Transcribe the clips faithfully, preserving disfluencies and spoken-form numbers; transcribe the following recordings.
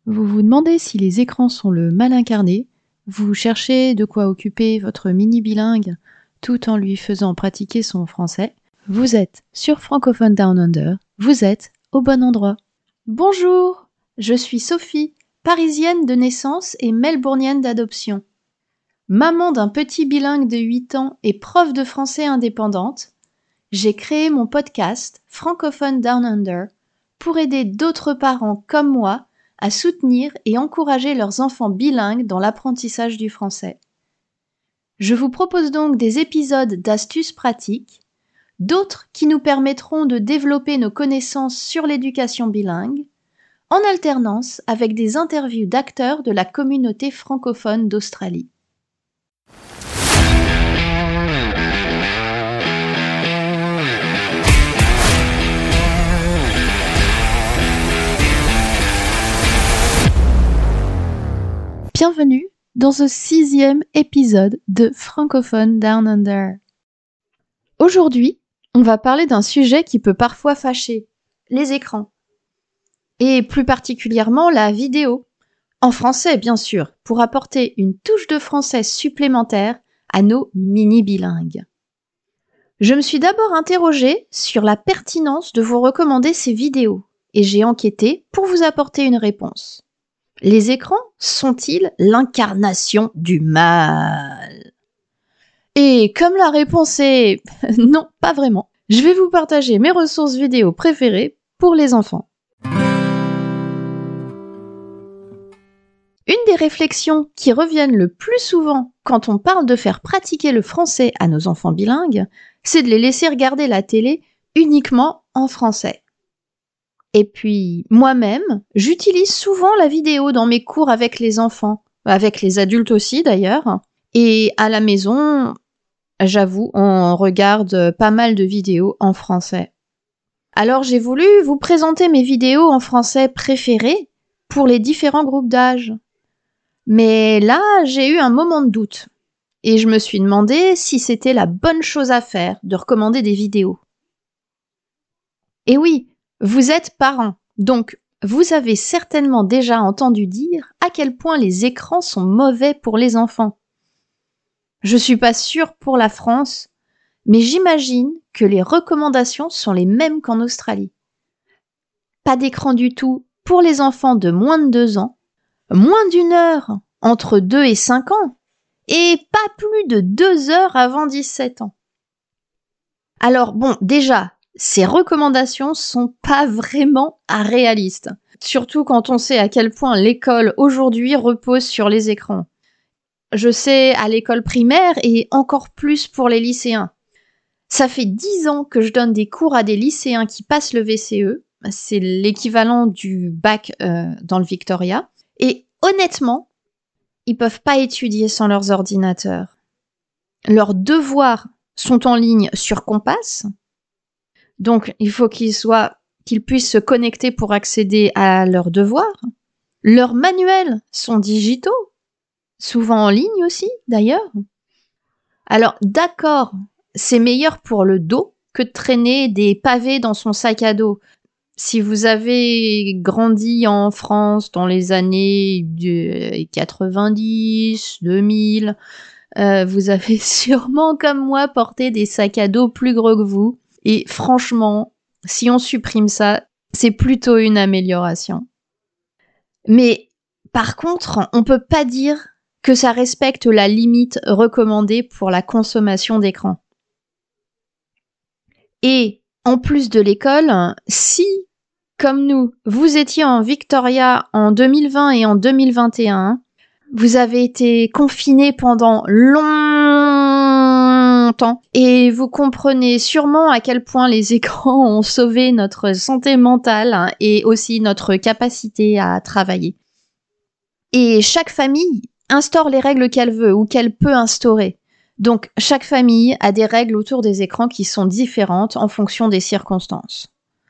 Vous vous demandez si les écrans sont le mal incarné, vous cherchez de quoi occuper votre mini bilingue tout en lui faisant pratiquer son français. Vous êtes sur Francophone Down Under, vous êtes au bon endroit. Bonjour, je suis Sophie, parisienne de naissance et melbournienne d'adoption. Maman d'un petit bilingue de huit ans et prof de français indépendante, j'ai créé mon podcast Francophone Down Under pour aider d'autres parents comme moi à soutenir et encourager leurs enfants bilingues dans l'apprentissage du français. Je vous propose donc des épisodes d'astuces pratiques, d'autres qui nous permettront de développer nos connaissances sur l'éducation bilingue, en alternance avec des interviews d'acteurs de la communauté francophone d'Australie. Bienvenue dans ce sixième épisode de Francophone Down Under. Aujourd'hui, on va parler d'un sujet qui peut parfois fâcher, les écrans. Et plus particulièrement la vidéo. En français, bien sûr, pour apporter une touche de français supplémentaire à nos mini-bilingues. Je me suis d'abord interrogée sur la pertinence de vous recommander ces vidéos et j'ai enquêté pour vous apporter une réponse. Les écrans sont-ils l'incarnation du mal ? Et comme la réponse est non, pas vraiment, je vais vous partager mes ressources vidéo préférées pour les enfants. Une des réflexions qui reviennent le plus souvent quand on parle de faire pratiquer le français à nos enfants bilingues, c'est de les laisser regarder la télé uniquement en français. Et puis, moi-même, j'utilise souvent la vidéo dans mes cours avec les enfants, avec les adultes aussi d'ailleurs. Et à la maison, j'avoue, on regarde pas mal de vidéos en français. Alors j'ai voulu vous présenter mes vidéos en français préférées pour les différents groupes d'âge. Mais là, j'ai eu un moment de doute. Et je me suis demandé si c'était la bonne chose à faire de recommander des vidéos. Et oui, vous êtes parents, donc vous avez certainement déjà entendu dire à quel point les écrans sont mauvais pour les enfants. Je suis pas sûre pour la France, mais j'imagine que les recommandations sont les mêmes qu'en Australie. Pas d'écran du tout pour les enfants de moins de deux ans, moins d'une heure entre deux et cinq ans, et pas plus de deux heures avant dix-sept ans. Alors bon, déjà, ces recommandations sont pas vraiment réalistes, surtout quand on sait à quel point l'école aujourd'hui repose sur les écrans. Je sais à l'école primaire et encore plus pour les lycéens. Ça fait dix ans que je donne des cours à des lycéens qui passent le V C E, c'est l'équivalent du bac euh, dans le Victoria, et honnêtement, ils peuvent pas étudier sans leurs ordinateurs. Leurs devoirs sont en ligne sur Compass. Donc, il faut qu'ils soient, qu'ils puissent se connecter pour accéder à leurs devoirs. Leurs manuels sont digitaux, souvent en ligne aussi, d'ailleurs. Alors, d'accord, c'est meilleur pour le dos que de traîner des pavés dans son sac à dos. Si vous avez grandi en France dans les années quatre-vingt-dix, deux mille, euh, vous avez sûrement, comme moi, porté des sacs à dos plus gros que vous. Et franchement, si on supprime ça, c'est plutôt une amélioration. Mais par contre, on peut pas dire que ça respecte la limite recommandée pour la consommation d'écran. Et en plus de l'école, si, comme nous, vous étiez en Victoria en deux mille vingt et en deux mille vingt et un, vous avez été confinés pendant longtemps et vous comprenez sûrement à quel point les écrans ont sauvé notre santé mentale hein, et aussi notre capacité à travailler. Et chaque famille instaure les règles qu'elle veut ou qu'elle peut instaurer. Donc chaque famille a des règles autour des écrans qui sont différentes en fonction des circonstances.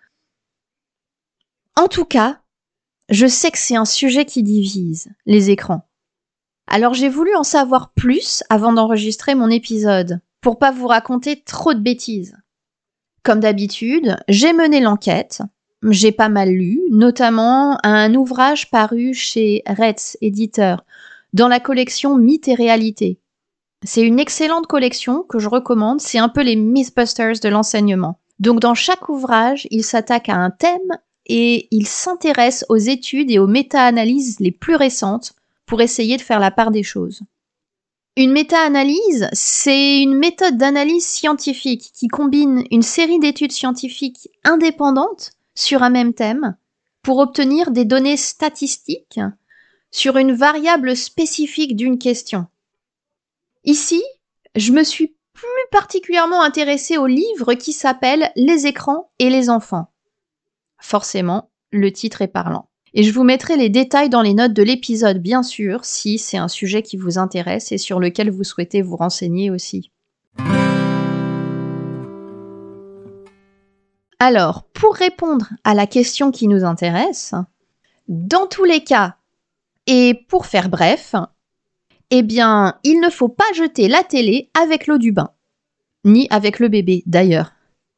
En tout cas, je sais que c'est un sujet qui divise, les écrans. Alors j'ai voulu en savoir plus avant d'enregistrer mon épisode, pour pas vous raconter trop de bêtises. Comme d'habitude, j'ai mené l'enquête, j'ai pas mal lu, notamment un ouvrage paru chez Retz, éditeur, dans la collection Mythes et réalités. C'est une excellente collection que je recommande, c'est un peu les Mythbusters de l'enseignement. Donc dans chaque ouvrage, il s'attaque à un thème et il s'intéresse aux études et aux méta-analyses les plus récentes pour essayer de faire la part des choses. Une méta-analyse, c'est une méthode d'analyse scientifique qui combine une série d'études scientifiques indépendantes sur un même thème pour obtenir des données statistiques sur une variable spécifique d'une question. Ici, je me suis plus particulièrement intéressée au livre qui s'appelle « Les écrans et les enfants ». Forcément, le titre est parlant. Et je vous mettrai les détails dans les notes de l'épisode, bien sûr, si c'est un sujet qui vous intéresse et sur lequel vous souhaitez vous renseigner aussi. Alors, pour répondre à la question qui nous intéresse, dans tous les cas, et pour faire bref, eh bien, il ne faut pas jeter la télé avec l'eau du bain, ni avec le bébé d'ailleurs.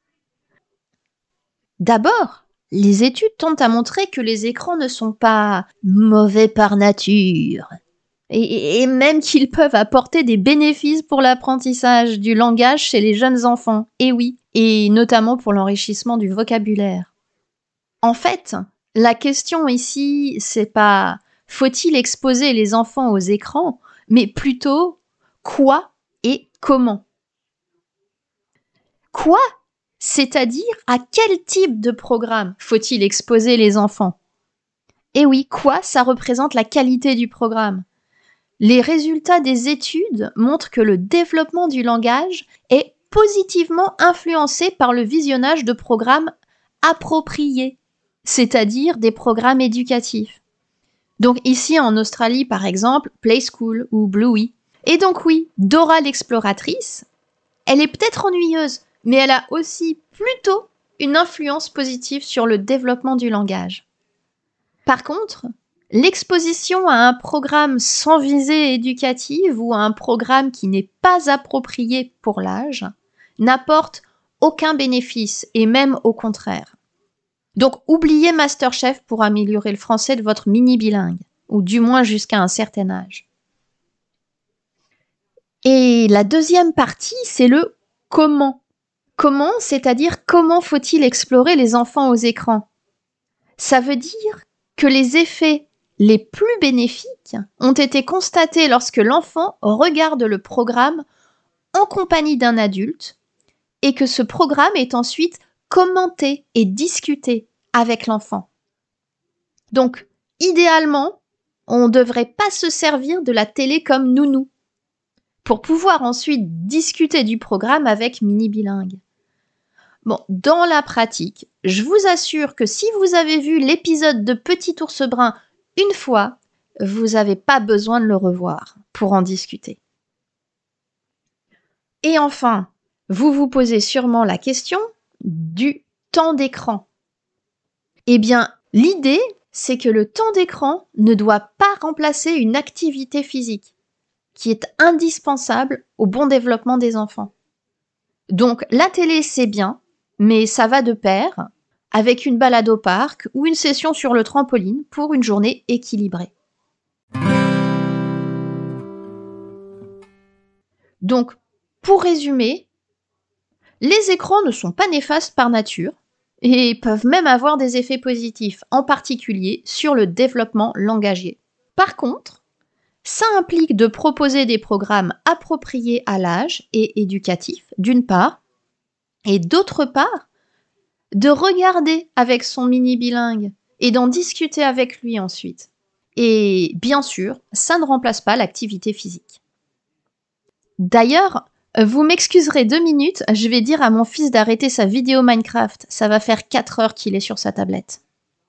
D'abord, les études tendent à montrer que les écrans ne sont pas mauvais par nature, et, et même qu'ils peuvent apporter des bénéfices pour l'apprentissage du langage chez les jeunes enfants, et oui, et notamment pour l'enrichissement du vocabulaire. En fait, la question ici, c'est pas « faut-il exposer les enfants aux écrans ?» mais plutôt « quoi et comment ?» Quoi ? C'est-à-dire à quel type de programme faut-il exposer les enfants ? Et oui, quoi, ça représente la qualité du programme. Les résultats des études montrent que le développement du langage est positivement influencé par le visionnage de programmes appropriés, c'est-à-dire des programmes éducatifs. Donc ici en Australie par exemple, Play School ou Bluey. Et donc oui, Dora l'exploratrice, elle est peut-être ennuyeuse, mais elle a aussi plutôt une influence positive sur le développement du langage. Par contre, l'exposition à un programme sans visée éducative ou à un programme qui n'est pas approprié pour l'âge n'apporte aucun bénéfice, et même au contraire. Donc oubliez MasterChef pour améliorer le français de votre mini bilingue, ou du moins jusqu'à un certain âge. Et la deuxième partie, c'est le comment. Comment, c'est-à-dire comment faut-il explorer les enfants aux écrans ? Ça veut dire que les effets les plus bénéfiques ont été constatés lorsque l'enfant regarde le programme en compagnie d'un adulte et que ce programme est ensuite commenté et discuté avec l'enfant. Donc, idéalement, on ne devrait pas se servir de la télé comme nounou pour pouvoir ensuite discuter du programme avec Mini Bilingue. Bon, dans la pratique, je vous assure que si vous avez vu l'épisode de Petit Ours Brun une fois, vous n'avez pas besoin de le revoir pour en discuter. Et enfin, vous vous posez sûrement la question du temps d'écran. Eh bien, l'idée, c'est que le temps d'écran ne doit pas remplacer une activité physique qui est indispensable au bon développement des enfants. Donc, la télé, c'est bien, mais ça va de pair avec une balade au parc ou une session sur le trampoline pour une journée équilibrée. Donc, pour résumer, les écrans ne sont pas néfastes par nature et peuvent même avoir des effets positifs, en particulier sur le développement langagier. Par contre, ça implique de proposer des programmes appropriés à l'âge et éducatifs, d'une part, et d'autre part, de regarder avec son mini bilingue et d'en discuter avec lui ensuite. Et bien sûr, ça ne remplace pas l'activité physique. D'ailleurs, vous m'excuserez deux minutes, je vais dire à mon fils d'arrêter sa vidéo Minecraft. Ça va faire quatre heures qu'il est sur sa tablette.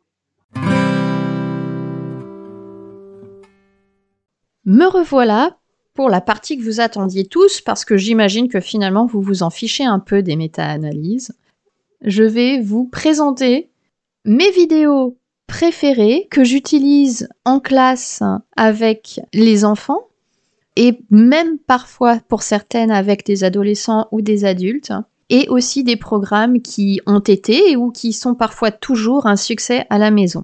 Me revoilà pour la partie que vous attendiez tous, parce que j'imagine que finalement vous vous en fichez un peu des méta-analyses. Je vais vous présenter mes vidéos préférées que j'utilise en classe avec les enfants et même parfois pour certaines avec des adolescents ou des adultes et aussi des programmes qui ont été ou qui sont parfois toujours un succès à la maison.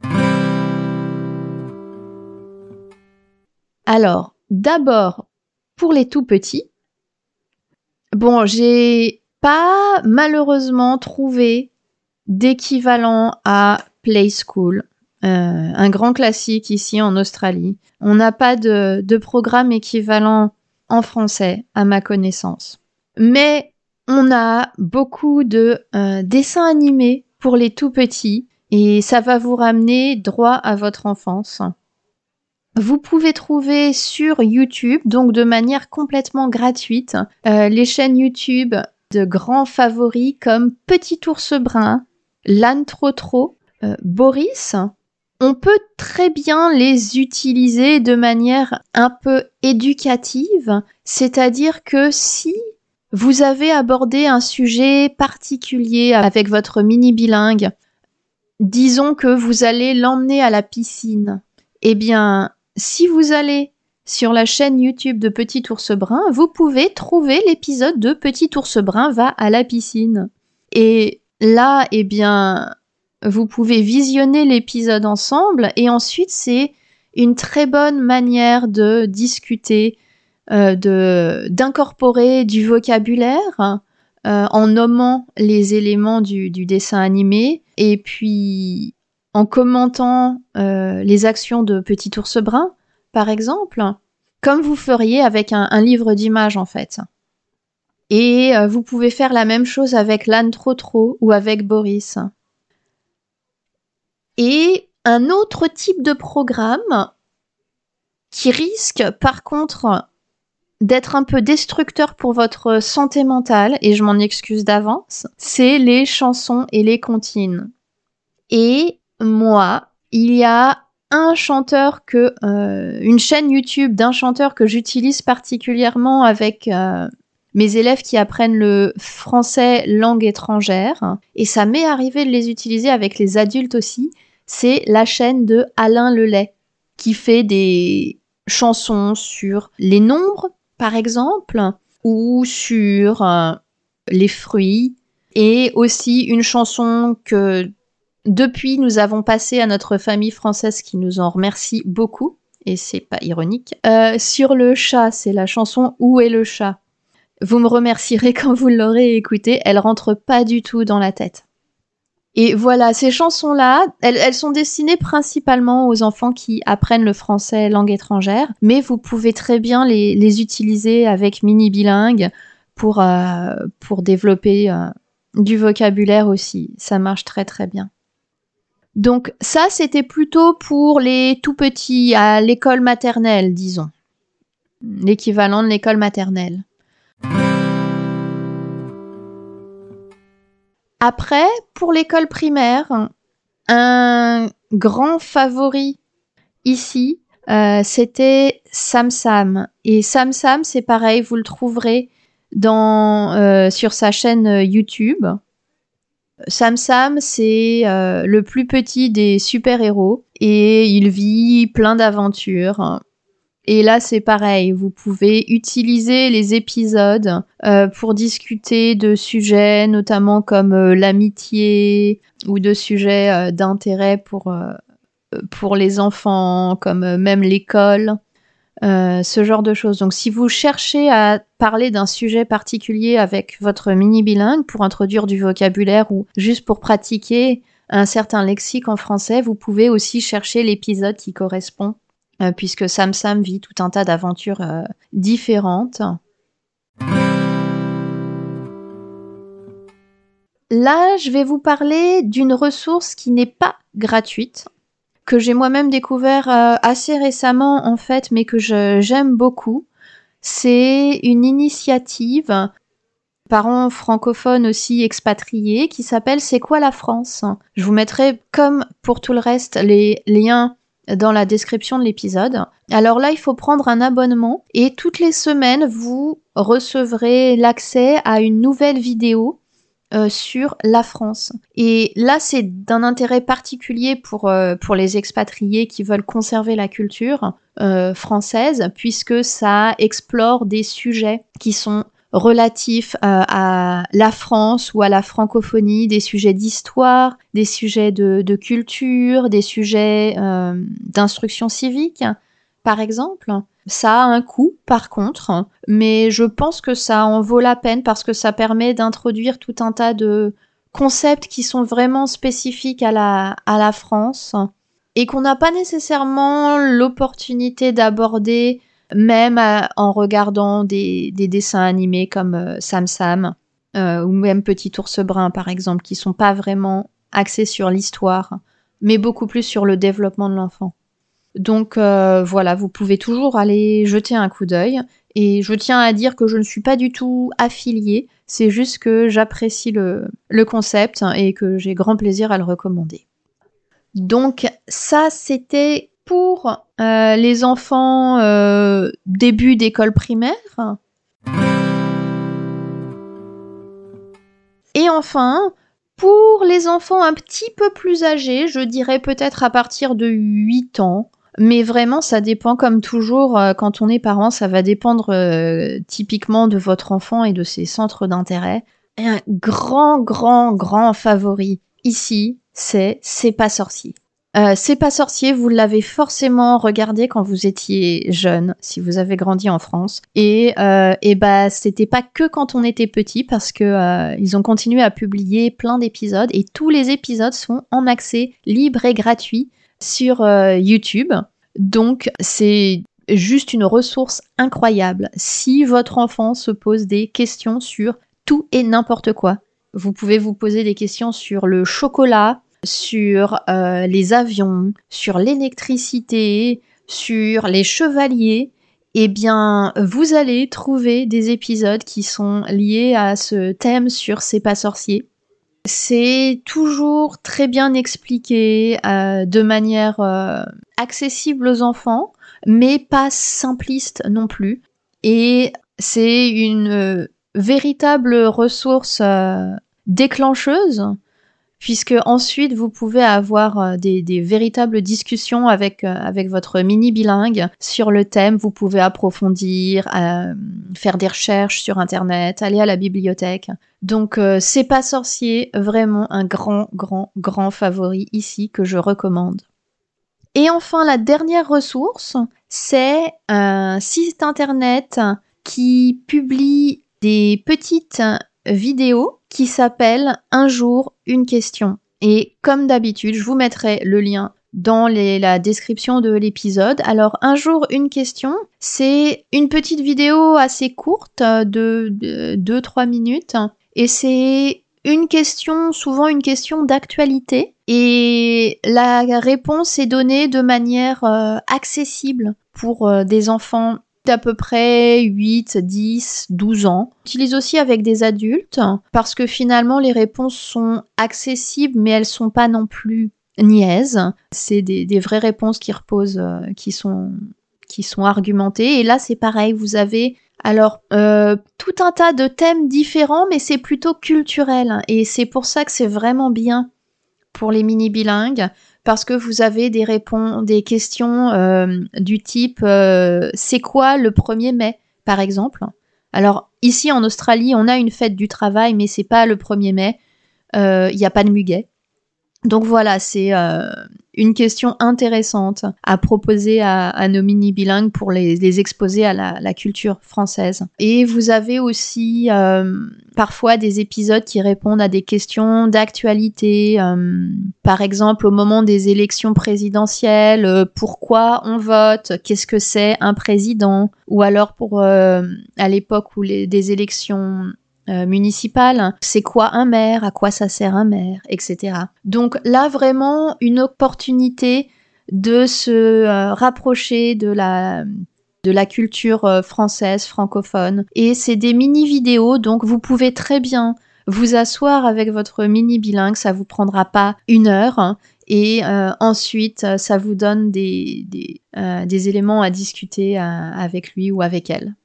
Alors, d'abord, pour les tout petits, bon, j'ai pas malheureusement trouvé d'équivalent à Play School, euh, un grand classique ici en Australie. On n'a pas de, de programme équivalent en français, à ma connaissance. Mais on a beaucoup de euh, dessins animés pour les tout petits et ça va vous ramener droit à votre enfance. Vous pouvez trouver sur YouTube, donc de manière complètement gratuite, euh, les chaînes YouTube de grands favoris comme Petit Ours Brun, L'Âne Trotro, euh, Boris. On peut très bien les utiliser de manière un peu éducative, c'est-à-dire que si vous avez abordé un sujet particulier avec votre mini bilingue, disons que vous allez l'emmener à la piscine, eh bien, si vous allez sur la chaîne YouTube de Petit Ours Brun, vous pouvez trouver l'épisode de Petit Ours Brun va à la piscine. Et là, eh bien, vous pouvez visionner l'épisode ensemble et ensuite c'est une très bonne manière de discuter, euh, de, d'incorporer du vocabulaire euh, en nommant les éléments du, du dessin animé et puis en commentant euh, les actions de Petit Ours Brun, par exemple, comme vous feriez avec un, un livre d'images en fait. Et euh, vous pouvez faire la même chose avec L'Âne Trotro ou avec Boris. Et un autre type de programme qui risque par contre d'être un peu destructeur pour votre santé mentale, et je m'en excuse d'avance, c'est les chansons et les comptines. Et moi, il y a un chanteur que, euh, une chaîne YouTube d'un chanteur que j'utilise particulièrement avec euh, mes élèves qui apprennent le français langue étrangère, et ça m'est arrivé de les utiliser avec les adultes aussi, c'est la chaîne de Alain Lelay, qui fait des chansons sur les nombres, par exemple, ou sur euh, les fruits, et aussi une chanson que depuis nous avons passée à notre famille française qui nous en remercie beaucoup, et c'est pas ironique, euh, sur le chat, c'est la chanson Où est le chat ? Vous me remercierez quand vous l'aurez écoutée, elle rentre pas du tout dans la tête. Et voilà, ces chansons-là, elles, elles sont destinées principalement aux enfants qui apprennent le français langue étrangère, mais vous pouvez très bien les, les utiliser avec mini bilingue pour, euh, pour développer euh, du vocabulaire aussi. Ça marche très très bien. Donc ça, c'était plutôt pour les tout petits, à l'école maternelle, disons. L'équivalent de l'école maternelle. Après, pour l'école primaire, un grand favori ici, euh, c'était Sam Sam. Et Sam Sam, c'est pareil, vous le trouverez dans, euh, sur sa chaîne YouTube. Sam Sam, c'est euh, le plus petit des super-héros et il vit plein d'aventures. Et là, c'est pareil, vous pouvez utiliser les épisodes euh, pour discuter de sujets, notamment comme euh, l'amitié ou de sujets euh, d'intérêt pour, euh, pour les enfants, comme euh, même l'école, euh, ce genre de choses. Donc, si vous cherchez à parler d'un sujet particulier avec votre mini bilingue pour introduire du vocabulaire ou juste pour pratiquer un certain lexique en français, vous pouvez aussi chercher l'épisode qui correspond. Euh, puisque Sam Sam vit tout un tas d'aventures euh, différentes. Là, je vais vous parler d'une ressource qui n'est pas gratuite, que j'ai moi-même découvert euh, assez récemment en fait, mais que je, j'aime beaucoup. C'est une initiative, parents francophones aussi expatriés, qui s'appelle C'est quoi la France ? Je vous mettrai, comme pour tout le reste, les liens dans la description de l'épisode. Alors là, il faut prendre un abonnement et toutes les semaines, vous recevrez l'accès à une nouvelle vidéo euh, sur la France. Et là, c'est d'un intérêt particulier pour, euh, pour les expatriés qui veulent conserver la culture euh, française, puisque ça explore des sujets qui sont relatifs euh, à la France ou à la francophonie, des sujets d'histoire, des sujets de, de culture, des sujets euh, d'instruction civique, par exemple. Ça a un coût, par contre, mais je pense que ça en vaut la peine parce que ça permet d'introduire tout un tas de concepts qui sont vraiment spécifiques à la, à la France et qu'on n'a pas nécessairement l'opportunité d'aborder même à, en regardant des, des dessins animés comme euh, Sam Sam euh, ou même Petit Ours Brun, par exemple, qui sont pas vraiment axés sur l'histoire, mais beaucoup plus sur le développement de l'enfant. Donc euh, voilà, vous pouvez toujours aller jeter un coup d'œil. Et je tiens à dire que je ne suis pas du tout affiliée, c'est juste que j'apprécie le, le concept et que j'ai grand plaisir à le recommander. Donc ça, c'était pour euh, les enfants euh, début d'école primaire. Et enfin, pour les enfants un petit peu plus âgés, je dirais peut-être à partir de huit ans, mais vraiment, ça dépend comme toujours, euh, quand on est parent, ça va dépendre euh, typiquement de votre enfant et de ses centres d'intérêt. Et un grand, grand, grand favori ici, c'est C'est pas sorcier. Euh, C'est pas sorcier, vous l'avez forcément regardé quand vous étiez jeune, si vous avez grandi en France. Et, euh, et bah, c'était pas que quand on était petit, parce que euh, ils ont continué à publier plein d'épisodes, et tous les épisodes sont en accès libre et gratuit sur euh, YouTube. Donc, c'est juste une ressource incroyable. Si votre enfant se pose des questions sur tout et n'importe quoi, vous pouvez vous poser des questions sur le chocolat, sur euh, les avions, sur l'électricité, sur les chevaliers, eh bien, vous allez trouver des épisodes qui sont liés à ce thème sur C'est pas sorcier. C'est toujours très bien expliqué euh, de manière euh, accessible aux enfants, mais pas simpliste non plus. Et c'est une euh, véritable ressource euh, déclencheuse, puisque ensuite vous pouvez avoir euh, des, des véritables discussions avec, euh, avec votre mini bilingue sur le thème. Vous pouvez approfondir, euh, faire des recherches sur internet, aller à la bibliothèque. Donc euh, C'est pas sorcier, vraiment un grand, grand, grand favori ici que je recommande. Et enfin, la dernière ressource, c'est un site internet qui publie des petites vidéo qui s'appelle Un jour, une question. Et comme d'habitude, je vous mettrai le lien dans les, la description de l'épisode. Alors, Un jour, une question, c'est une petite vidéo assez courte de deux trois minutes. Et c'est une question, souvent une question d'actualité. Et la réponse est donnée de manière euh, accessible pour euh, des enfants d'à peu près huit, dix, douze ans. J'utilise aussi avec des adultes parce que finalement les réponses sont accessibles mais elles sont pas non plus niaises. C'est des, des vraies réponses qui reposent, euh, qui sont, qui sont argumentées. Et là c'est pareil, vous avez alors euh, tout un tas de thèmes différents mais c'est plutôt culturel et c'est pour ça que c'est vraiment bien pour les mini bilingues. Parce que vous avez des réponses, des questions euh, du type euh, c'est quoi le premier mai, par exemple. Alors ici en Australie, on a une fête du travail, mais c'est pas le premier mai. Il euh, n'y a pas de muguet. Donc voilà, c'est euh, une question intéressante à proposer à, à nos mini bilingues pour les, les exposer à la, la culture française. Et vous avez aussi euh, parfois des épisodes qui répondent à des questions d'actualité. Euh, par exemple, au moment des élections présidentielles, euh, pourquoi on vote? Qu'est-ce que c'est un président? Ou alors pour euh, à l'époque où les, des élections Euh, municipale, c'est quoi un maire, à quoi ça sert un maire, et cetera. Donc là, vraiment, une opportunité de se euh, rapprocher de la, de la culture euh, française, francophone. Et c'est des mini-vidéos, donc vous pouvez très bien vous asseoir avec votre mini-bilingue, ça vous prendra pas une heure. Hein, et euh, ensuite, ça vous donne des, des, euh, des éléments à discuter euh, avec lui ou avec elle.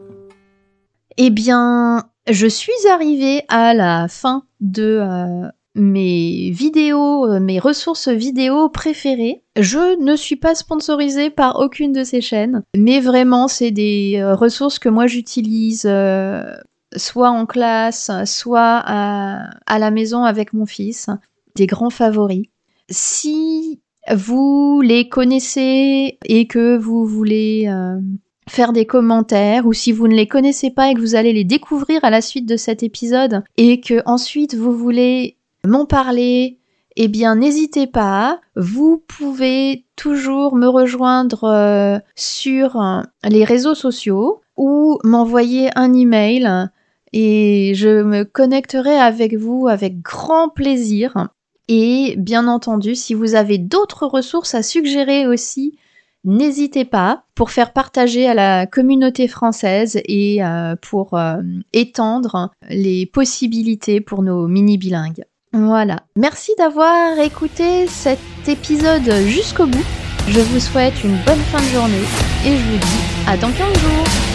Eh bien, je suis arrivée à la fin de euh, mes vidéos, euh, mes ressources vidéo préférées. Je ne suis pas sponsorisée par aucune de ces chaînes, mais vraiment c'est des euh, ressources que moi j'utilise euh, soit en classe, soit à, à la maison avec mon fils. Des grands favoris. Si vous les connaissez et que vous voulez euh, faire des commentaires, ou si vous ne les connaissez pas et que vous allez les découvrir à la suite de cet épisode et que ensuite vous voulez m'en parler, eh bien n'hésitez pas, vous pouvez toujours me rejoindre euh, sur euh, les réseaux sociaux ou m'envoyer un email et je me connecterai avec vous avec grand plaisir. Et bien entendu, si vous avez d'autres ressources à suggérer aussi, n'hésitez pas pour faire partager à la communauté française et euh, pour euh, étendre les possibilités pour nos mini-bilingues. Voilà. Merci d'avoir écouté cet épisode jusqu'au bout. Je vous souhaite une bonne fin de journée et je vous dis à dans quinze jours.